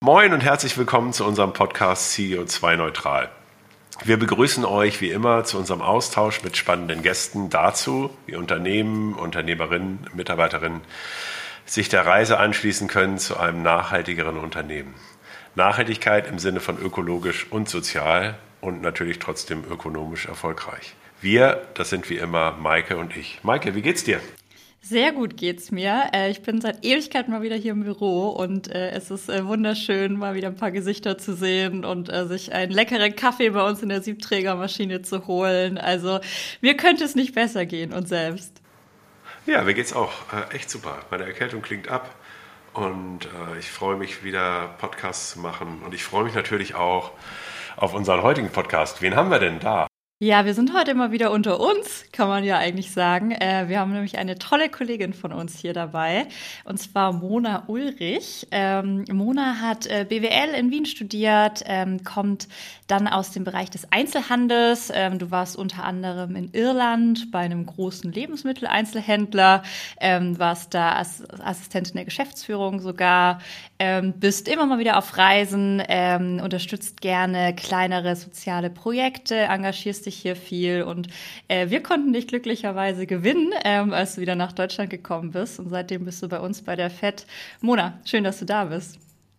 Moin und herzlich willkommen zu unserem Podcast CO2 Neutral. Wir begrüßen euch wie immer zu unserem Austausch mit spannenden Gästen dazu, wie Unternehmen, Unternehmerinnen, Mitarbeiterinnen sich der Reise anschließen können zu einem nachhaltigeren Unternehmen. Nachhaltigkeit im Sinne von ökologisch und sozial und natürlich trotzdem ökonomisch erfolgreich. Wir, das sind wie immer Maike und ich. Maike, wie geht's dir? Sehr gut geht's mir. Ich bin seit Ewigkeiten mal wieder hier im Büro und es ist wunderschön, mal wieder ein paar Gesichter zu sehen und sich einen leckeren Kaffee bei uns in der Siebträgermaschine zu holen. Also mir könnte es nicht besser gehen und selbst. Ja, mir geht's auch echt super. Meine Erkältung klingt ab und ich freue mich wieder Podcasts zu machen und ich freue mich natürlich auch auf unseren heutigen Podcast. Wen haben wir denn da? Ja, wir sind heute mal wieder unter uns, kann man ja eigentlich sagen. Wir haben nämlich eine tolle Kollegin von uns hier dabei, und zwar Mona Ulrich. Mona hat BWL in Wien studiert, kommt dann aus dem Bereich des Einzelhandels. Du warst unter anderem in Irland bei einem großen Lebensmitteleinzelhändler, warst da als Assistentin der Geschäftsführung sogar, bist immer mal wieder auf Reisen, unterstützt gerne kleinere soziale Projekte, engagierst dich hier viel und wir konnten dich glücklicherweise gewinnen, als du wieder nach Deutschland gekommen bist, und seitdem bist du bei uns bei der FED. Mona, schön, dass du da bist.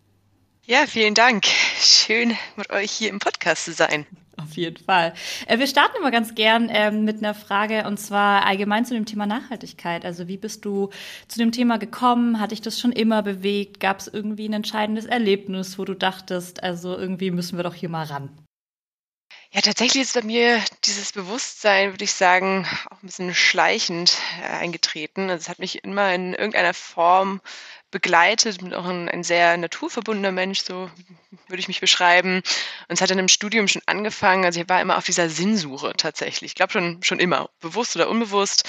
Ja, vielen Dank. Schön, mit euch hier im Podcast zu sein. Auf jeden Fall. Wir starten immer ganz gern mit einer Frage, und zwar allgemein zu dem Thema Nachhaltigkeit. Also wie bist du zu dem Thema gekommen? Hat dich das schon immer bewegt? Gab es irgendwie ein entscheidendes Erlebnis, wo du dachtest, also irgendwie müssen wir doch hier mal ran? Ja, tatsächlich ist bei mir dieses Bewusstsein, würde ich sagen, auch ein bisschen schleichend eingetreten. Also es hat mich immer in irgendeiner Form begleitet, bin auch ein sehr naturverbundener Mensch, so würde ich mich beschreiben. Und es hat dann im Studium schon angefangen. Also ich war immer auf dieser Sinnsuche tatsächlich. Ich glaube schon immer, bewusst oder unbewusst.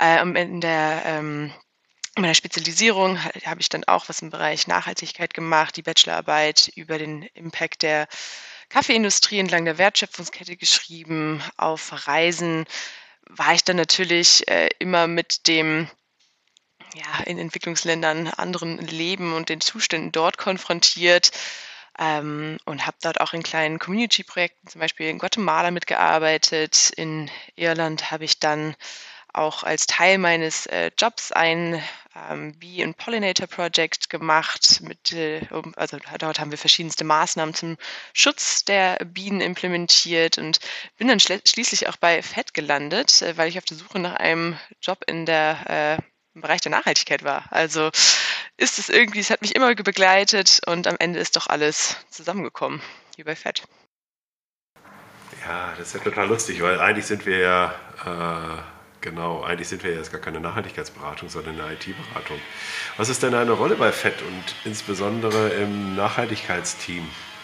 In meiner Spezialisierung habe ich dann auch was im Bereich Nachhaltigkeit gemacht, die Bachelorarbeit über den Impact der Kaffeeindustrie entlang der Wertschöpfungskette geschrieben. Auf Reisen war ich dann natürlich immer mit dem in Entwicklungsländern anderen Leben und den Zuständen dort konfrontiert, und habe dort auch in kleinen Community-Projekten, zum Beispiel in Guatemala, mitgearbeitet. In Irland habe ich dann auch als Teil meines Jobs ein Bee and Pollinator Project gemacht. Dort haben wir verschiedenste Maßnahmen zum Schutz der Bienen implementiert und bin dann schließlich auch bei FED gelandet, weil ich auf der Suche nach einem Job im Bereich der Nachhaltigkeit war. Also ist es irgendwie, es hat mich immer begleitet und am Ende ist doch alles zusammengekommen hier bei FED. Ja, das ist ja total lustig, weil eigentlich sind wir ja jetzt gar keine Nachhaltigkeitsberatung, sondern eine IT-Beratung. Was ist denn deine Rolle bei FED und insbesondere im Nachhaltigkeitsteam?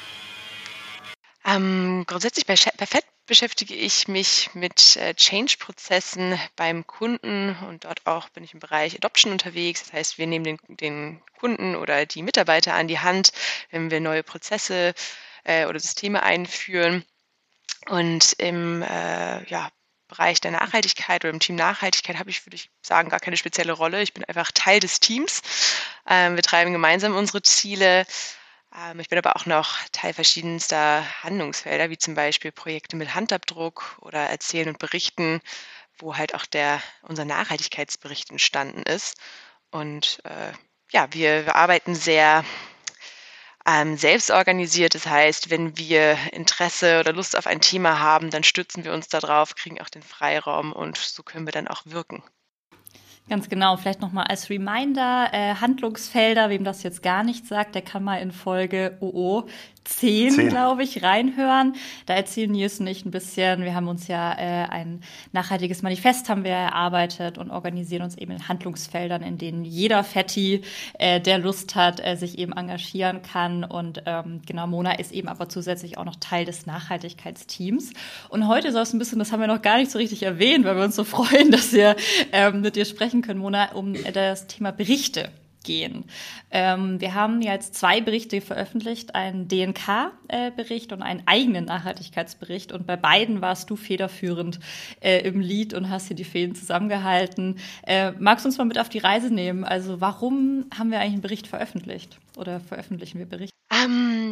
Grundsätzlich bei FED beschäftige ich mich mit Change-Prozessen beim Kunden, und dort auch bin ich im Bereich Adoption unterwegs. Das heißt, wir nehmen den Kunden oder die Mitarbeiter an die Hand, wenn wir neue Prozesse oder Systeme einführen. Und im Bereich der Nachhaltigkeit oder im Team Nachhaltigkeit habe ich, würde ich sagen, gar keine spezielle Rolle. Ich bin einfach Teil des Teams. Wir treiben gemeinsam unsere Ziele. Ich bin aber auch noch Teil verschiedenster Handlungsfelder, wie zum Beispiel Projekte mit Handabdruck oder Erzählen und Berichten, wo halt auch unser Nachhaltigkeitsbericht entstanden ist. Und wir arbeiten sehr selbstorganisiert. Das heißt, wenn wir Interesse oder Lust auf ein Thema haben, dann stützen wir uns darauf, kriegen auch den Freiraum, und so können wir dann auch wirken. Ganz genau, vielleicht nochmal als Reminder, Handlungsfelder, wem das jetzt gar nichts sagt, der kann mal in Folge 10, glaube ich, reinhören. Da erzählen Nils und ich ein bisschen. Wir haben uns ja ein nachhaltiges Manifest haben wir erarbeitet und organisieren uns eben in Handlungsfeldern, in denen jeder Fetti, der Lust hat, sich eben engagieren kann. Und genau, Mona ist eben aber zusätzlich auch noch Teil des Nachhaltigkeitsteams. Und heute soll es ein bisschen, das haben wir noch gar nicht so richtig erwähnt, weil wir uns so freuen, dass wir mit dir sprechen können, Mona, um das Thema Berichte gehen. Wir haben jetzt 2 Berichte veröffentlicht, einen DNK-Bericht und einen eigenen Nachhaltigkeitsbericht. Und bei beiden warst du federführend im Lead und hast hier die Fäden zusammengehalten. Magst du uns mal mit auf die Reise nehmen? Also warum haben wir eigentlich einen Bericht veröffentlicht oder veröffentlichen wir Berichte?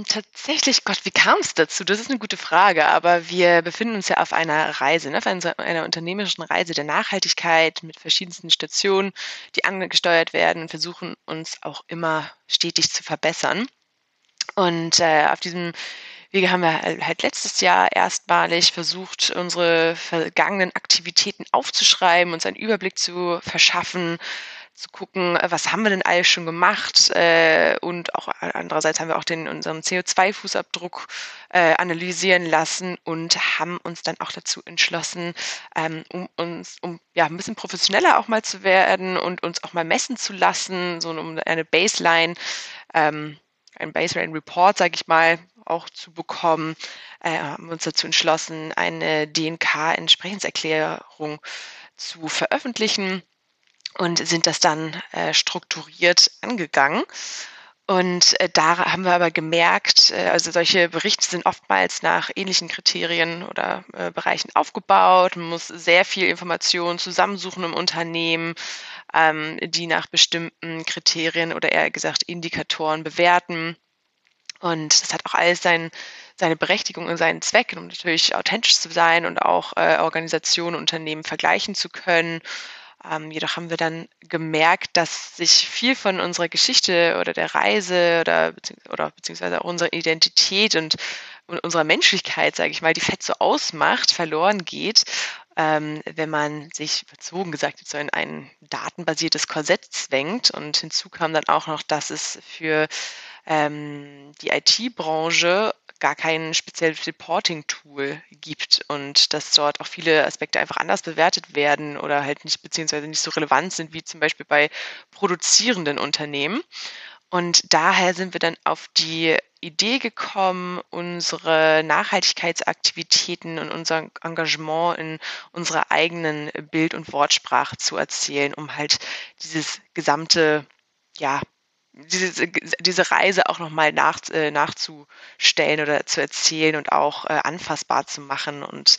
Tatsächlich, Gott, wie kam es dazu? Das ist eine gute Frage, aber wir befinden uns ja auf einer Reise, ne, auf einer unternehmerischen Reise der Nachhaltigkeit mit verschiedensten Stationen, die angesteuert werden und versuchen uns auch immer stetig zu verbessern. Und, auf diesem Wege haben wir halt letztes Jahr erstmalig versucht, unsere vergangenen Aktivitäten aufzuschreiben, uns einen Überblick zu verschaffen, zu gucken, was haben wir denn alles schon gemacht, und auch andererseits haben wir auch unseren CO2-Fußabdruck analysieren lassen und haben uns dann auch dazu entschlossen, um ja ein bisschen professioneller auch mal zu werden und uns auch mal messen zu lassen, so um eine Baseline, einen Baseline Report, sage ich mal, auch zu bekommen, haben wir uns dazu entschlossen, eine DNK-Entsprechenserklärung zu veröffentlichen und sind das dann strukturiert angegangen. Und da haben wir aber gemerkt, also solche Berichte sind oftmals nach ähnlichen Kriterien oder Bereichen aufgebaut. Man muss sehr viel Information zusammensuchen im Unternehmen, die nach bestimmten Kriterien oder eher gesagt Indikatoren bewerten. Und das hat auch alles seine Berechtigung und seinen Zweck, um natürlich authentisch zu sein und auch Organisationen, Unternehmen vergleichen zu können. Jedoch haben wir dann gemerkt, dass sich viel von unserer Geschichte oder der Reise oder beziehungsweise auch unserer Identität und unserer Menschlichkeit, sage ich mal, die Fett so ausmacht, verloren geht, wenn man sich überzogen gesagt jetzt so in ein datenbasiertes Korsett zwängt. Und hinzu kam dann auch noch, dass es für die IT-Branche gar kein spezielles Reporting-Tool gibt und dass dort auch viele Aspekte einfach anders bewertet werden oder halt nicht, beziehungsweise nicht so relevant sind wie zum Beispiel bei produzierenden Unternehmen. Und daher sind wir dann auf die Idee gekommen, unsere Nachhaltigkeitsaktivitäten und unser Engagement in unserer eigenen Bild- und Wortsprache zu erzählen, um halt dieses gesamte, ja, diese Reise auch nochmal nachzustellen oder zu erzählen und auch anfassbar zu machen und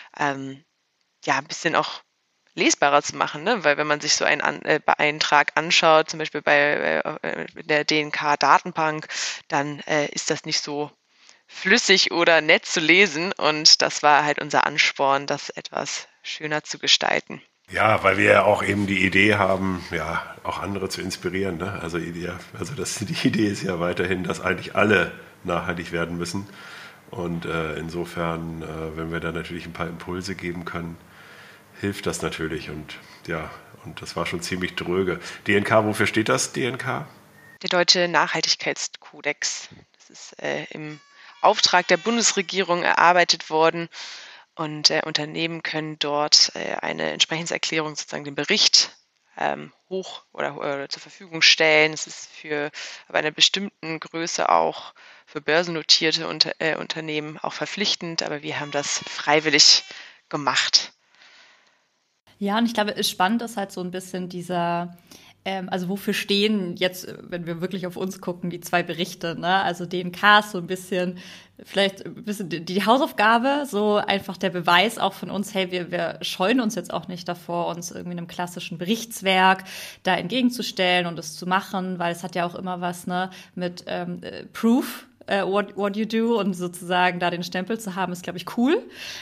ja, ein bisschen auch lesbarer zu machen, ne? Weil wenn man sich so einen Eintrag anschaut, zum Beispiel bei der DNK-Datenbank, dann ist das nicht so flüssig oder nett zu lesen und das war halt unser Ansporn, das etwas schöner zu gestalten. Ja, weil wir ja auch eben die Idee haben, ja, auch andere zu inspirieren. Ne? Also die Idee ist ja weiterhin, dass eigentlich alle nachhaltig werden müssen. Und insofern, wenn wir da natürlich ein paar Impulse geben können, hilft das natürlich. Und ja, und das war schon ziemlich dröge. DNK, wofür steht das, DNK? Der Deutsche Nachhaltigkeitskodex. Das ist im Auftrag der Bundesregierung erarbeitet worden. Und Unternehmen können dort eine Entsprechenserklärung, sozusagen den Bericht hoch oder zur Verfügung stellen. Es ist für aber einer bestimmten Größe auch für börsennotierte Unternehmen auch verpflichtend, aber wir haben das freiwillig gemacht. Ja, und ich glaube, spannend ist halt so ein bisschen dieser, also wofür stehen jetzt, wenn wir wirklich auf uns gucken, die zwei Berichte, ne? Also DNK ist so ein bisschen, vielleicht ein bisschen die Hausaufgabe, so einfach der Beweis auch von uns, hey, wir scheuen uns jetzt auch nicht davor, uns irgendwie einem klassischen Berichtswerk da entgegenzustellen und es zu machen, weil es hat ja auch immer was, ne, mit Proof, what you do und sozusagen da den Stempel zu haben, ist, glaube ich, cool.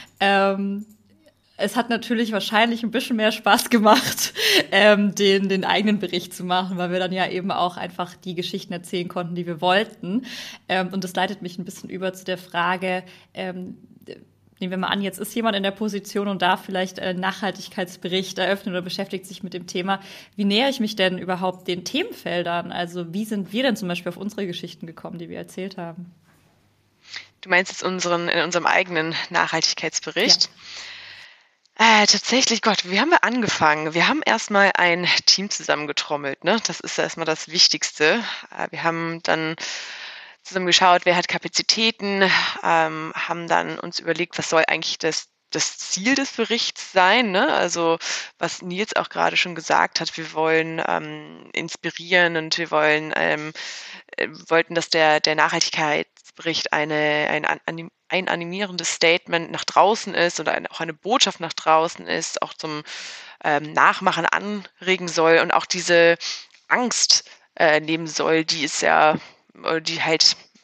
Es hat natürlich wahrscheinlich ein bisschen mehr Spaß gemacht, den eigenen Bericht zu machen, weil wir dann ja eben auch einfach die Geschichten erzählen konnten, die wir wollten. Und das leitet mich ein bisschen über zu der Frage, nehmen wir mal an, jetzt ist jemand in der Position und darf vielleicht einen Nachhaltigkeitsbericht eröffnen oder beschäftigt sich mit dem Thema. Wie nähere ich mich denn überhaupt den Themenfeldern? Also wie sind wir denn zum Beispiel auf unsere Geschichten gekommen, die wir erzählt haben? Du meinst jetzt in unserem eigenen Nachhaltigkeitsbericht? Ja. Tatsächlich, Gott, wie haben wir angefangen? Wir haben erstmal ein Team zusammengetrommelt, ne? Das ist erstmal das Wichtigste. Wir haben dann zusammen geschaut, wer hat Kapazitäten, haben dann uns überlegt, was soll eigentlich das Ziel des Berichts sein, ne? Also was Nils auch gerade schon gesagt hat, wir wollen inspirieren und wir wollten, dass der Nachhaltigkeitsbericht ein animierendes Statement nach draußen ist oder auch eine Botschaft nach draußen ist, auch zum Nachmachen anregen soll und auch diese Angst nehmen soll, die halt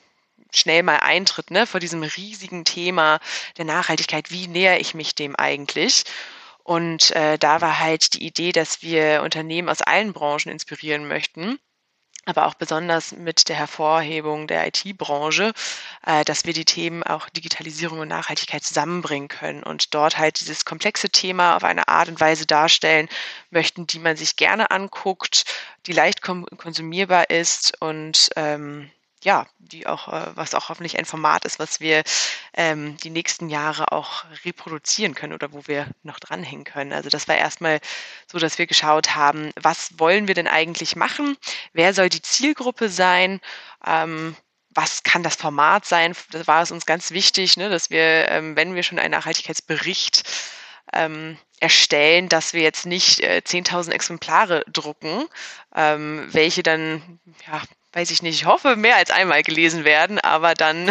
schnell mal eintritt, ne, vor diesem riesigen Thema der Nachhaltigkeit. Wie nähere ich mich dem eigentlich? Und da war halt die Idee, dass wir Unternehmen aus allen Branchen inspirieren möchten, aber auch besonders mit der Hervorhebung der IT-Branche, dass wir die Themen auch Digitalisierung und Nachhaltigkeit zusammenbringen können und dort halt dieses komplexe Thema auf eine Art und Weise darstellen möchten, die man sich gerne anguckt, die leicht konsumierbar ist und ja, die auch, was auch hoffentlich ein Format ist, was wir die nächsten Jahre auch reproduzieren können oder wo wir noch dranhängen können. Also das war erstmal so, dass wir geschaut haben, was wollen wir denn eigentlich machen? Wer soll die Zielgruppe sein? Was kann das Format sein? Das war es uns ganz wichtig, ne, dass wir, wenn wir schon einen Nachhaltigkeitsbericht erstellen, dass wir jetzt nicht 10.000 Exemplare drucken, welche dann, ja, weiß ich nicht, ich hoffe, mehr als einmal gelesen werden, aber dann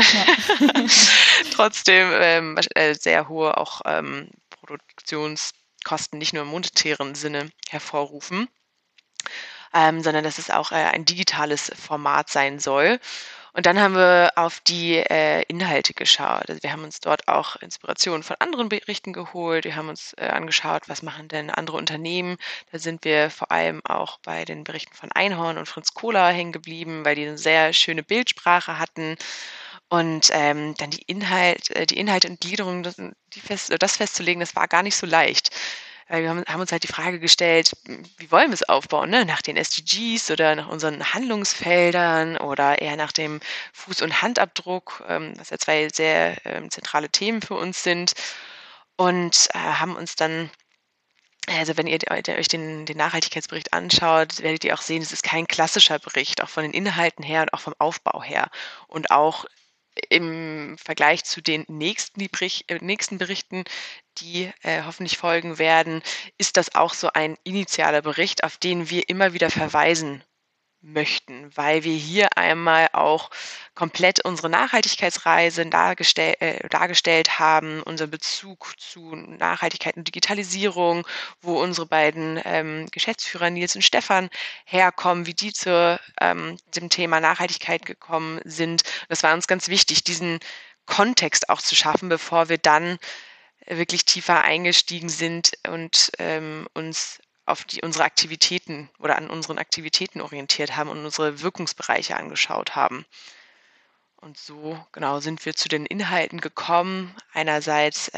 trotzdem sehr hohe auch Produktionskosten nicht nur im monetären Sinne hervorrufen, sondern dass es auch ein digitales Format sein soll. Und dann haben wir auf die Inhalte geschaut. Also wir haben uns dort auch Inspirationen von anderen Berichten geholt. Wir haben uns angeschaut, was machen denn andere Unternehmen. Da sind wir vor allem auch bei den Berichten von Einhorn und Fritz Kohler hängen geblieben, weil die eine sehr schöne Bildsprache hatten. Und dann die Inhalte und Gliederung, das festzulegen, das war gar nicht so leicht. Wir haben uns halt die Frage gestellt, wie wollen wir es aufbauen, ne? Nach den SDGs oder nach unseren Handlungsfeldern oder eher nach dem Fuß- und Handabdruck, was ja zwei sehr zentrale Themen für uns sind. Und haben uns dann, also wenn ihr euch den Nachhaltigkeitsbericht anschaut, werdet ihr auch sehen, es ist kein klassischer Bericht, auch von den Inhalten her und auch vom Aufbau her. Und auch im Vergleich zu den nächsten Berichten, die hoffentlich folgen werden, ist das auch so ein initialer Bericht, auf den wir immer wieder verweisen möchten, weil wir hier einmal auch komplett unsere Nachhaltigkeitsreise dargestellt haben, unseren Bezug zu Nachhaltigkeit und Digitalisierung, wo unsere beiden Geschäftsführer Nils und Stefan herkommen, wie die zu dem Thema Nachhaltigkeit gekommen sind. Das war uns ganz wichtig, diesen Kontext auch zu schaffen, bevor wir dann wirklich tiefer eingestiegen sind und uns auf unsere Aktivitäten oder an unseren Aktivitäten orientiert haben und unsere Wirkungsbereiche angeschaut haben. Und so genau sind wir zu den Inhalten gekommen. Einerseits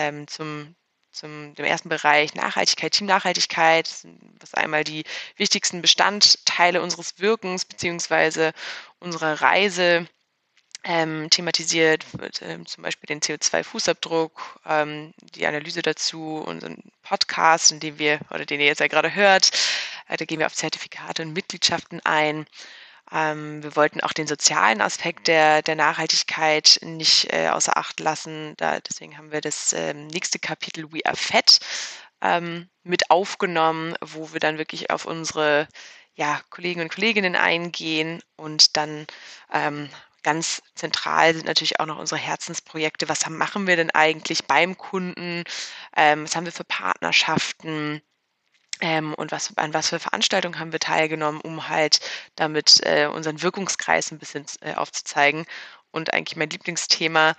dem ersten Bereich Nachhaltigkeit, Teamnachhaltigkeit, was einmal die wichtigsten Bestandteile unseres Wirkens bzw. unserer Reise thematisiert, zum Beispiel den CO2-Fußabdruck, die Analyse dazu, unseren Podcast, den ihr jetzt ja gerade hört. Da gehen wir auf Zertifikate und Mitgliedschaften ein. Wir wollten auch den sozialen Aspekt der Nachhaltigkeit nicht außer Acht lassen. Deswegen haben wir das nächste Kapitel We Are Fed mit aufgenommen, wo wir dann wirklich auf unsere Kollegen und Kolleginnen eingehen und dann ganz zentral sind natürlich auch noch unsere Herzensprojekte. Was machen wir denn eigentlich beim Kunden? Was haben wir für Partnerschaften? Und an was für Veranstaltungen haben wir teilgenommen, um halt damit unseren Wirkungskreis ein bisschen aufzuzeigen. Und eigentlich mein Lieblingsthema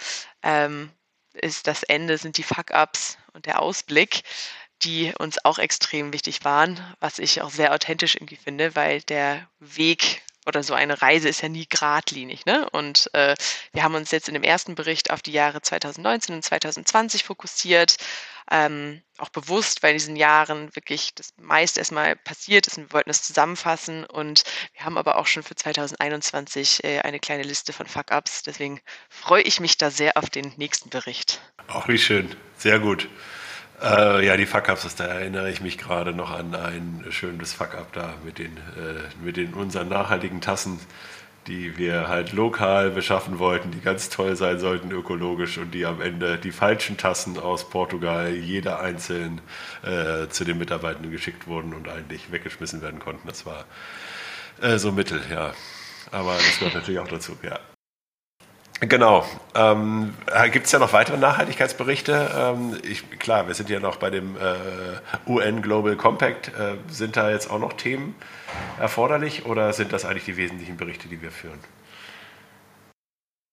ist das Ende, sind die Fuck-Ups und der Ausblick, die uns auch extrem wichtig waren, was ich auch sehr authentisch irgendwie finde, weil der Weg oder so eine Reise ist ja nie geradlinig, ne? Und wir haben uns jetzt in dem ersten Bericht auf die Jahre 2019 und 2020 fokussiert, auch bewusst, weil in diesen Jahren wirklich das meiste erstmal passiert ist und wir wollten es zusammenfassen und wir haben aber auch schon für 2021 eine kleine Liste von Fuck-Ups, deswegen freue ich mich da sehr auf den nächsten Bericht. Auch wie schön, sehr gut. Die Fuck-Ups, da erinnere ich mich gerade noch an ein schönes Fuck-Up da mit den unseren nachhaltigen Tassen, die wir halt lokal beschaffen wollten, die ganz toll sein sollten, ökologisch und die am Ende die falschen Tassen aus Portugal, jeder einzeln zu den Mitarbeitenden geschickt wurden und eigentlich weggeschmissen werden konnten. Das war so mittel, ja. Aber das gehört natürlich auch dazu, ja. Genau. Gibt es ja noch weitere Nachhaltigkeitsberichte? Klar, wir sind ja noch bei dem UN Global Compact. Sind da jetzt auch noch Themen erforderlich oder sind das eigentlich die wesentlichen Berichte, die wir führen?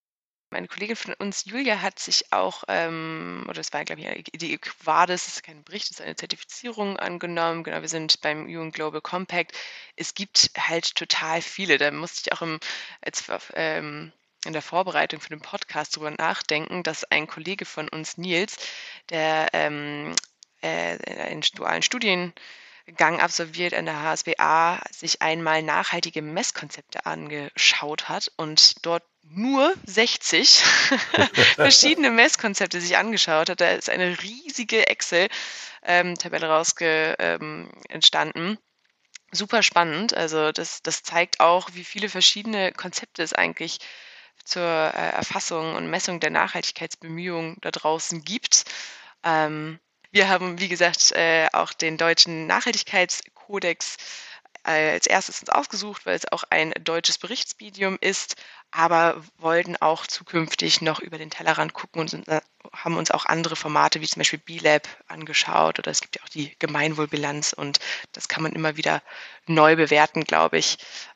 Eine Kollegin von uns, Julia, hat sich auch, oder es war, glaube ich, die EQUADIS, das ist kein Bericht, das ist eine Zertifizierung angenommen. Genau, wir sind beim UN Global Compact. Es gibt halt total viele. Da musste ich auch in der Vorbereitung für den Podcast drüber nachdenken, dass ein Kollege von uns, Nils, der einen dualen Studiengang absolviert an der HSWA, sich einmal nachhaltige Messkonzepte angeschaut hat und dort nur 60 verschiedene Messkonzepte sich angeschaut hat. Da ist eine riesige Excel-Tabelle entstanden. Super spannend. Also das zeigt auch, wie viele verschiedene Konzepte es eigentlich zur Erfassung und Messung der Nachhaltigkeitsbemühungen da draußen gibt. Wir haben, wie gesagt, auch den deutschen Nachhaltigkeitskodex als erstes uns ausgesucht, weil es auch ein deutsches Berichtsmedium ist, aber wollten auch zukünftig noch über den Tellerrand gucken und haben uns auch andere Formate wie zum Beispiel B-Lab angeschaut, oder es gibt ja auch die Gemeinwohlbilanz, und das kann man immer wieder neu bewerten, glaube ich,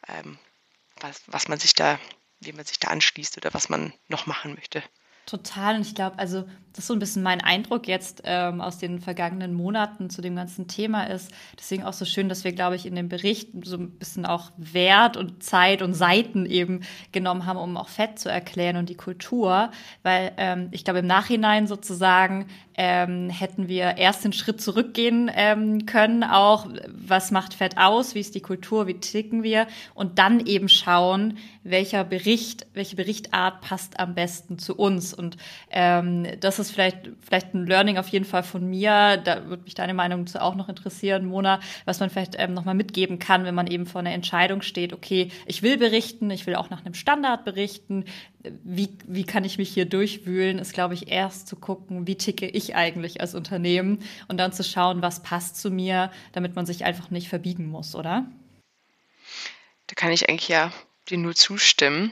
wie man sich da anschließt oder was man noch machen möchte. Total. Und ich glaube, also das ist so ein bisschen mein Eindruck jetzt aus den vergangenen Monaten zu dem ganzen Thema ist. Deswegen auch so schön, dass wir, glaube ich, in dem Bericht so ein bisschen auch Wert und Zeit und Seiten eben genommen haben, um auch Fett zu erklären und die Kultur. Weil ich glaube, im Nachhinein sozusagen hätten wir erst den Schritt zurückgehen können, auch was macht Fett aus, wie ist die Kultur, wie ticken wir, und dann eben schauen, welche Berichtart passt am besten zu uns. Und das ist vielleicht ein Learning auf jeden Fall von mir. Da würde mich deine Meinung dazu auch noch interessieren, Mona, was man vielleicht nochmal mitgeben kann, wenn man eben vor einer Entscheidung steht, okay, ich will berichten, ich will auch nach einem Standard berichten. Wie kann ich mich hier durchwühlen, ist, glaube ich, erst zu gucken, wie ticke ich eigentlich als Unternehmen, und dann zu schauen, was passt zu mir, damit man sich einfach nicht verbiegen muss, oder? Da kann ich eigentlich ja dir nur zustimmen.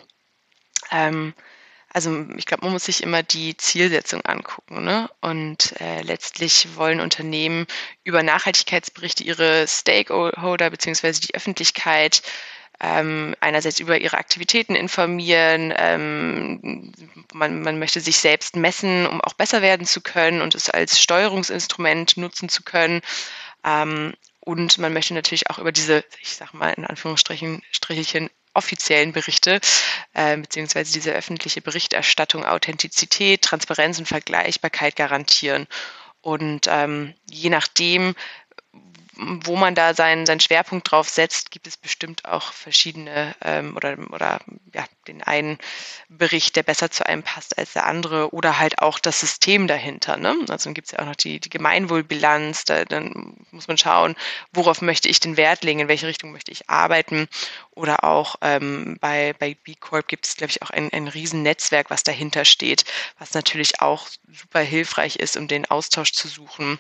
Also ich glaube, man muss sich immer die Zielsetzung angucken, ne? Und letztlich wollen Unternehmen über Nachhaltigkeitsberichte ihre Stakeholder bzw. die Öffentlichkeit einerseits über ihre Aktivitäten informieren, man möchte sich selbst messen, um auch besser werden zu können und es als Steuerungsinstrument nutzen zu können. Und man möchte natürlich auch über diese, ich sag mal in Anführungsstrichen, offiziellen Berichte, beziehungsweise diese öffentliche Berichterstattung, Authentizität, Transparenz und Vergleichbarkeit garantieren. Und je nachdem, wo man da seinen Schwerpunkt drauf setzt, gibt es bestimmt auch verschiedene oder den einen Bericht, der besser zu einem passt als der andere, oder halt auch das System dahinter, ne? Also dann gibt es ja auch noch die Gemeinwohlbilanz, dann muss man schauen, worauf möchte ich den Wert legen, in welche Richtung möchte ich arbeiten, oder auch bei B Corp gibt es, glaube ich, auch ein Riesennetzwerk, was dahinter steht, was natürlich auch super hilfreich ist, um den Austausch zu suchen.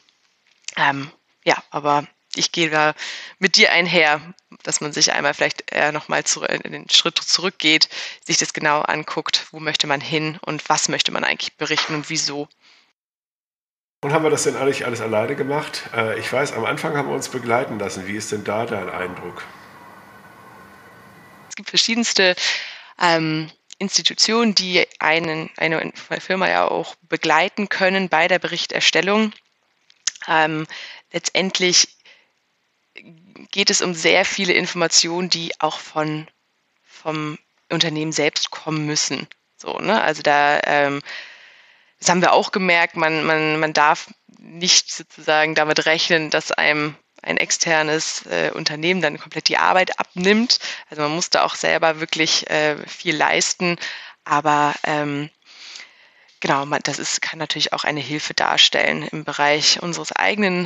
Aber ich gehe da mit dir einher, dass man sich einmal vielleicht nochmal in den Schritt zurückgeht, sich das genau anguckt, wo möchte man hin und was möchte man eigentlich berichten und wieso. Und haben wir das denn eigentlich alles alleine gemacht? Ich weiß, am Anfang haben wir uns begleiten lassen. Wie ist denn da dein Eindruck? Es gibt verschiedenste Institutionen, die eine Firma ja auch begleiten können bei der Berichterstellung. Letztendlich geht es um sehr viele Informationen, die auch vom Unternehmen selbst kommen müssen. So, ne? Also das haben wir auch gemerkt, man darf nicht sozusagen damit rechnen, dass einem ein externes Unternehmen dann komplett die Arbeit abnimmt. Also man muss da auch selber wirklich viel leisten, aber genau, kann natürlich auch eine Hilfe darstellen im Bereich unseres eigenen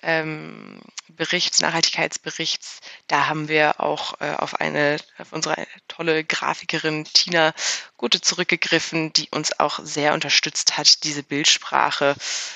Nachhaltigkeitsberichts. Da haben wir auch auf unsere tolle Grafikerin Tina Gute zurückgegriffen, die uns auch sehr unterstützt hat, diese Bildsprache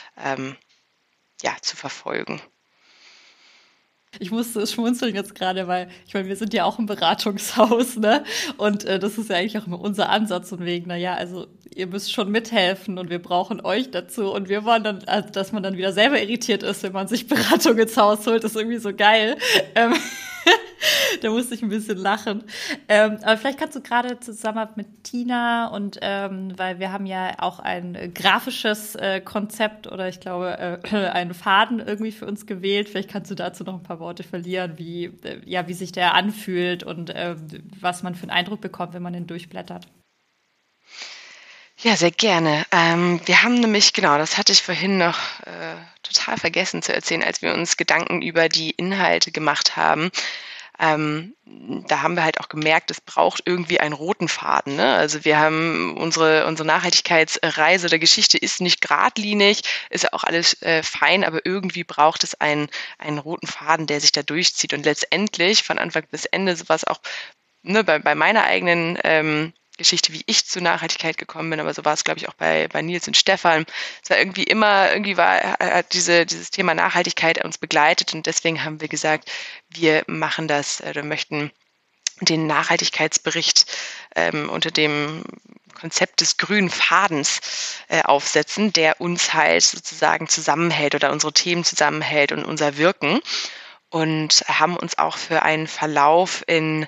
zu verfolgen. Ich musste schmunzeln jetzt gerade, weil ich meine, wir sind ja auch ein Beratungshaus, ne? Und das ist ja eigentlich auch immer unser Ansatz und wegen, also ihr müsst schon mithelfen und wir brauchen euch dazu, und wir wollen dann, also, dass man dann wieder selber irritiert ist, wenn man sich Beratung ins Haus holt, ist irgendwie so geil. Da musste ich ein bisschen lachen. Aber vielleicht kannst du gerade zusammen mit Tina und weil wir haben ja auch ein grafisches Konzept oder ich glaube einen Faden irgendwie für uns gewählt. Vielleicht kannst du dazu noch ein paar Worte verlieren, wie sich der anfühlt und was man für einen Eindruck bekommt, wenn man den durchblättert. Ja, sehr gerne. Wir haben nämlich, genau, das hatte ich vorhin noch total vergessen zu erzählen, als wir uns Gedanken über die Inhalte gemacht haben. Da haben wir halt auch gemerkt, es braucht irgendwie einen roten Faden. Ne? Also wir haben unsere Nachhaltigkeitsreise oder Geschichte ist nicht geradlinig, ist ja auch alles fein, aber irgendwie braucht es einen roten Faden, der sich da durchzieht. Und letztendlich von Anfang bis Ende, sowas auch ne, bei meiner eigenen Geschichte, wie ich zur Nachhaltigkeit gekommen bin, aber so war es, glaube ich, auch bei Nils und Stefan. Es war hat dieses Thema Nachhaltigkeit uns begleitet und deswegen haben wir gesagt, wir machen das oder möchten den Nachhaltigkeitsbericht unter dem Konzept des grünen Fadens aufsetzen, der uns halt sozusagen zusammenhält oder unsere Themen zusammenhält und unser Wirken und haben uns auch für einen Verlauf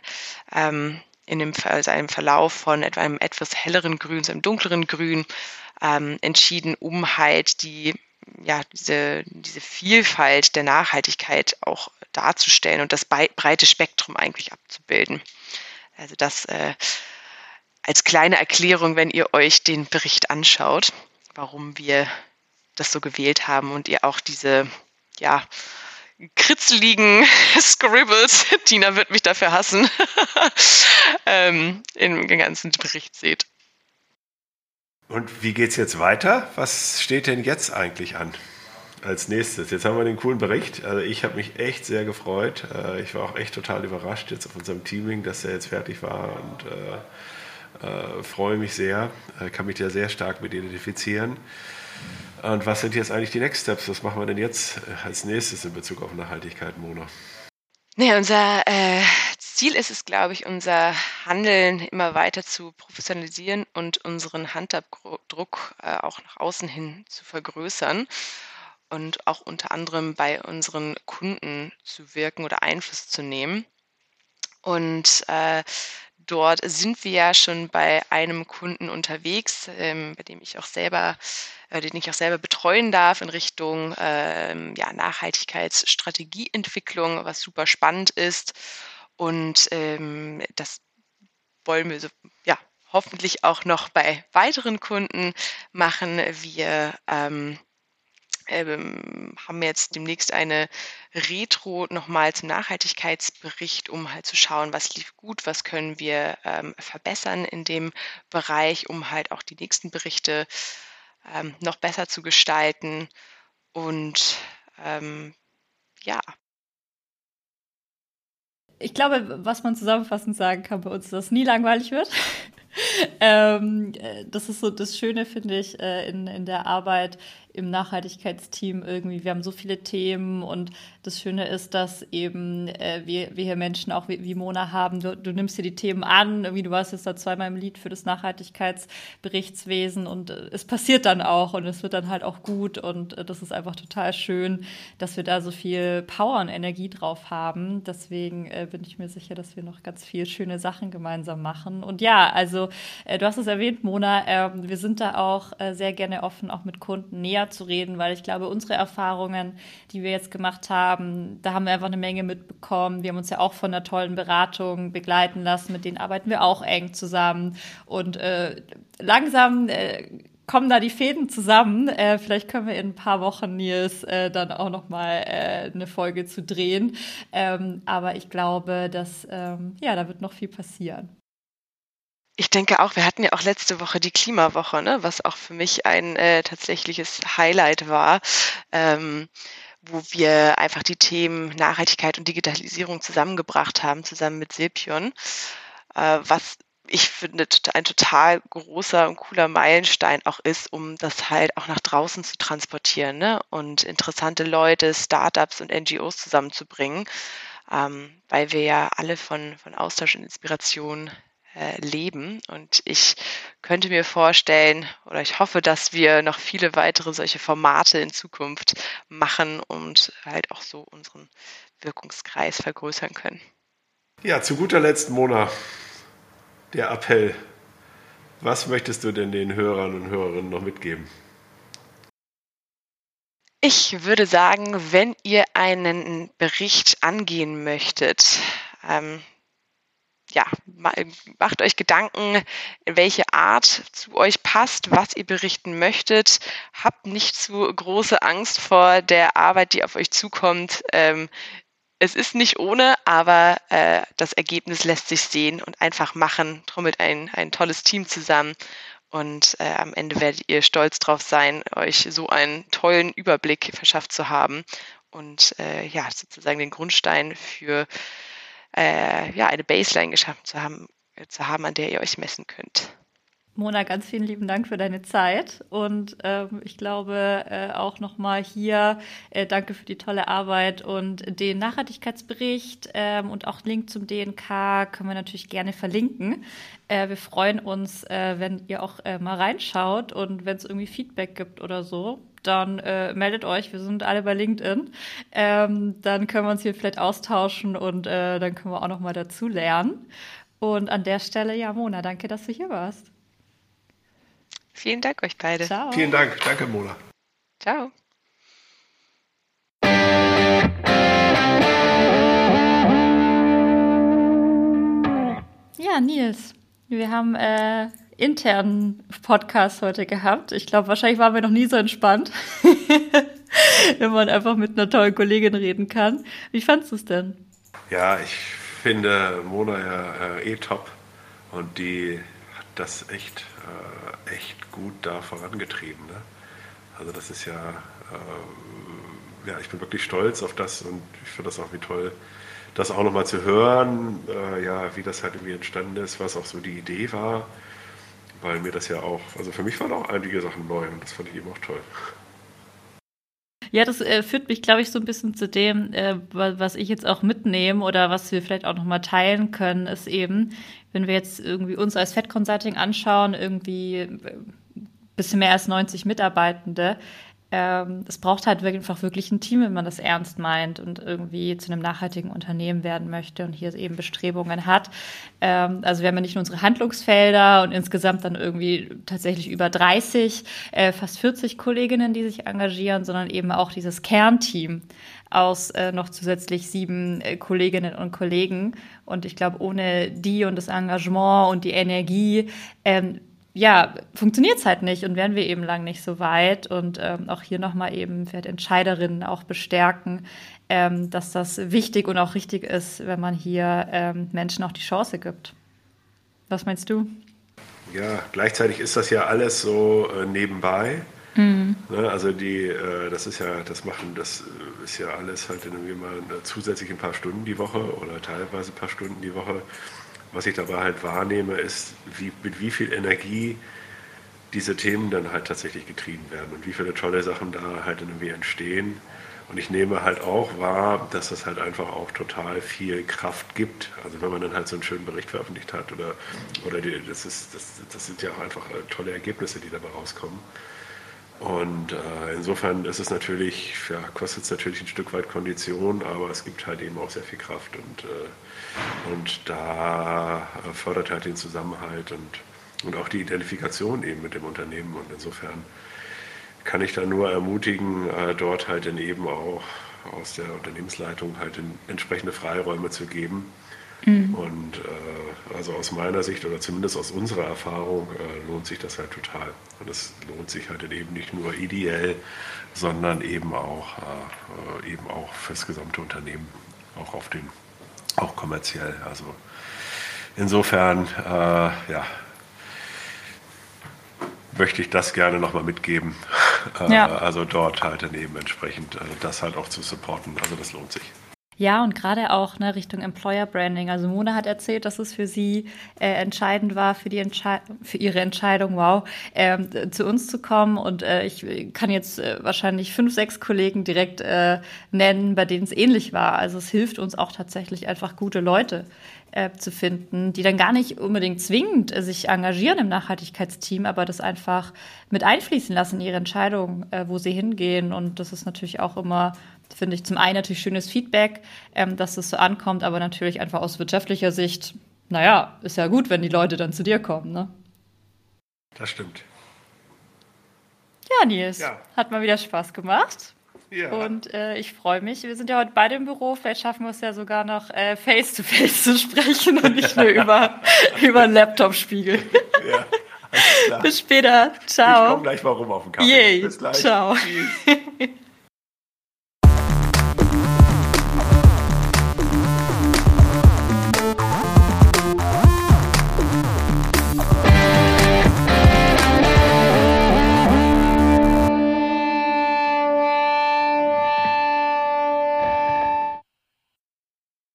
einem Verlauf von einem etwas helleren Grün zu einem dunkleren Grün entschieden, um halt diese Vielfalt der Nachhaltigkeit auch darzustellen und das breite Spektrum eigentlich abzubilden. Also das als kleine Erklärung, wenn ihr euch den Bericht anschaut, warum wir das so gewählt haben und ihr auch diese, ja, kritzeligen Scribbles, Tina wird mich dafür hassen, im ganzen Bericht seht. Und wie geht's jetzt weiter? Was steht denn jetzt eigentlich an als nächstes? Jetzt haben wir den coolen Bericht. Also ich habe mich echt sehr gefreut. Ich war auch echt total überrascht jetzt auf unserem Teaming, dass er jetzt fertig war und freue mich sehr. Kann mich da sehr stark mit identifizieren. Und was sind jetzt eigentlich die Next Steps? Was machen wir denn jetzt als nächstes in Bezug auf Nachhaltigkeit, Mona? Nee, unser Ziel ist es, glaube ich, unser Handeln immer weiter zu professionalisieren und unseren Handabdruck auch nach außen hin zu vergrößern und auch unter anderem bei unseren Kunden zu wirken oder Einfluss zu nehmen. Und dort sind wir ja schon bei einem Kunden unterwegs, bei dem ich auch selber, den ich auch selber betreuen darf in Richtung Nachhaltigkeitsstrategieentwicklung, was super spannend ist. Und das wollen wir hoffentlich auch noch bei weiteren Kunden machen. Wir haben jetzt demnächst eine Retro nochmal zum Nachhaltigkeitsbericht, um halt zu schauen, was lief gut, was können wir verbessern in dem Bereich, um halt auch die nächsten Berichte noch besser zu gestalten. Und ja. Ich glaube, was man zusammenfassend sagen kann bei uns, ist, dass es nie langweilig wird. Das ist so das Schöne, finde ich, in der Arbeit im Nachhaltigkeitsteam irgendwie. Wir haben so viele Themen und das Schöne ist, dass eben wir hier Menschen auch wie Mona haben. Du nimmst dir die Themen an, irgendwie du warst jetzt da zweimal im Lied für das Nachhaltigkeitsberichtswesen und es passiert dann auch und es wird dann halt auch gut und das ist einfach total schön, dass wir da so viel Power und Energie drauf haben. Deswegen bin ich mir sicher, dass wir noch ganz viel schöne Sachen gemeinsam machen. Und ja, also du hast es erwähnt, Mona, wir sind da auch sehr gerne offen, auch mit Kunden näher zu reden, weil ich glaube, unsere Erfahrungen, die wir jetzt gemacht haben, da haben wir einfach eine Menge mitbekommen. Wir haben uns ja auch von einer tollen Beratung begleiten lassen, mit denen arbeiten wir auch eng zusammen und langsam kommen da die Fäden zusammen. Vielleicht können wir in ein paar Wochen, Nils, dann auch noch mal eine Folge zu drehen. Aber ich glaube, dass da wird noch viel passieren. Ich denke auch, wir hatten ja auch letzte Woche die Klimawoche, ne, was auch für mich ein tatsächliches Highlight war, wo wir einfach die Themen Nachhaltigkeit und Digitalisierung zusammengebracht haben, zusammen mit Silpion, was ich finde ein total großer und cooler Meilenstein auch ist, um das halt auch nach draußen zu transportieren, ne, und interessante Leute, Startups und NGOs zusammenzubringen, weil wir ja alle von Austausch und Inspiration leben. Und ich könnte mir vorstellen oder ich hoffe, dass wir noch viele weitere solche Formate in Zukunft machen und halt auch so unseren Wirkungskreis vergrößern können. Ja, zu guter Letzt, Mona, der Appell. Was möchtest du denn den Hörern und Hörerinnen noch mitgeben? Ich würde sagen, wenn ihr einen Bericht angehen möchtet, ja, macht euch Gedanken, welche Art zu euch passt, was ihr berichten möchtet. Habt nicht zu große Angst vor der Arbeit, die auf euch zukommt. Es ist nicht ohne, aber das Ergebnis lässt sich sehen und einfach machen. Trommelt ein tolles Team zusammen und am Ende werdet ihr stolz drauf sein, euch so einen tollen Überblick verschafft zu haben und ja, sozusagen den Grundstein für ja, eine Baseline geschaffen zu haben, an der ihr euch messen könnt. Mona, ganz vielen lieben Dank für deine Zeit und ich glaube auch nochmal hier danke für die tolle Arbeit und den Nachhaltigkeitsbericht und auch Link zum DNK können wir natürlich gerne verlinken. Wir freuen uns, wenn ihr auch mal reinschaut und wenn es irgendwie Feedback gibt oder so, dann meldet euch, wir sind alle bei LinkedIn. Dann können wir uns hier vielleicht austauschen und dann können wir auch nochmal dazu lernen. Und an der Stelle, ja, Mona, danke, dass du hier warst. Vielen Dank euch beide. Ciao. Vielen Dank. Danke, Mona. Ciao. Ja, Nils, wir haben internen Podcast heute gehabt. Ich glaube, wahrscheinlich waren wir noch nie so entspannt, wenn man einfach mit einer tollen Kollegin reden kann. Wie fandst du es denn? Ja, ich finde Mona ja top und die hat das echt gut da vorangetrieben. Ne? Also das ist ja, ich bin wirklich stolz auf das und ich finde das auch wie toll, das auch nochmal zu hören, wie das halt irgendwie entstanden ist, was auch so die Idee war, weil mir das ja auch, also für mich waren auch einige Sachen neu und das fand ich eben auch toll. Ja, das führt mich, glaube ich, so ein bisschen zu dem, was ich jetzt auch mitnehme oder was wir vielleicht auch nochmal teilen können, ist eben, wenn wir jetzt irgendwie uns als Fed Consulting anschauen, irgendwie ein bisschen mehr als 90 Mitarbeitende, es braucht halt einfach wirklich ein Team, wenn man das ernst meint und irgendwie zu einem nachhaltigen Unternehmen werden möchte und hier eben Bestrebungen hat. Also wir haben ja nicht nur unsere Handlungsfelder und insgesamt dann irgendwie tatsächlich über 30, fast 40 Kolleginnen, die sich engagieren, sondern eben auch dieses Kernteam aus noch zusätzlich 7 Kolleginnen und Kollegen. Und ich glaube, ohne die und das Engagement und die Energie funktioniert es halt nicht und wären wir eben lang nicht so weit. Und auch hier nochmal eben vielleicht Entscheiderinnen auch bestärken, dass das wichtig und auch richtig ist, wenn man hier Menschen auch die Chance gibt. Was meinst du? Ja, gleichzeitig ist das ja alles so nebenbei. Mhm. Ne, also das ist ja alles halt irgendwie mal zusätzlich ein paar Stunden die Woche oder teilweise ein paar Stunden die Woche. Was ich dabei halt wahrnehme, ist, mit wie viel Energie diese Themen dann halt tatsächlich getrieben werden und wie viele tolle Sachen da halt irgendwie entstehen. Und ich nehme halt auch wahr, dass das halt einfach auch viel Kraft gibt. Also wenn man dann halt so einen schönen Bericht veröffentlicht hat das sind ja auch einfach tolle Ergebnisse, die dabei rauskommen. Und insofern ist es natürlich, kostet es natürlich ein Stück weit Kondition, aber es gibt halt eben auch sehr viel Kraft und da fördert halt den Zusammenhalt und auch die Identifikation eben mit dem Unternehmen. Und insofern kann ich da nur ermutigen, dort halt dann eben auch aus der Unternehmensleitung halt entsprechende Freiräume zu geben. Mhm. Und also aus meiner Sicht oder zumindest aus unserer Erfahrung lohnt sich das halt total. Und es lohnt sich halt eben nicht nur ideell, sondern eben auch fürs gesamte Unternehmen, auch kommerziell. Also insofern möchte ich das gerne nochmal mitgeben. Also dort halt dann eben entsprechend das halt auch zu supporten. Also das lohnt sich. Ja, und gerade auch Richtung Employer Branding. Also Mona hat erzählt, dass es für sie entscheidend war, für ihre Entscheidung, zu uns zu kommen. Und ich kann jetzt wahrscheinlich 5, 6 Kollegen direkt nennen, bei denen es ähnlich war. Also es hilft uns auch tatsächlich einfach gute Leute zu finden, die dann gar nicht unbedingt zwingend sich engagieren im Nachhaltigkeitsteam, aber das einfach mit einfließen lassen in ihre Entscheidung, wo sie hingehen. Und das ist natürlich auch immer finde ich zum einen natürlich schönes Feedback, dass es so ankommt, aber natürlich einfach aus wirtschaftlicher Sicht, naja, ist ja gut, wenn die Leute dann zu dir kommen, ne? Das stimmt. Ja, Nils, hat mal wieder Spaß gemacht. Ja. Und ich freue mich. Wir sind ja heute beide im Büro. Vielleicht schaffen wir es ja sogar noch face-to-face zu sprechen und nicht nur über einen Laptop-Spiegel. Ja, alles klar. Bis später. Ciao. Ich komme gleich mal rum auf den Kaffee. Yay. Bis gleich. Ciao. Tschüss.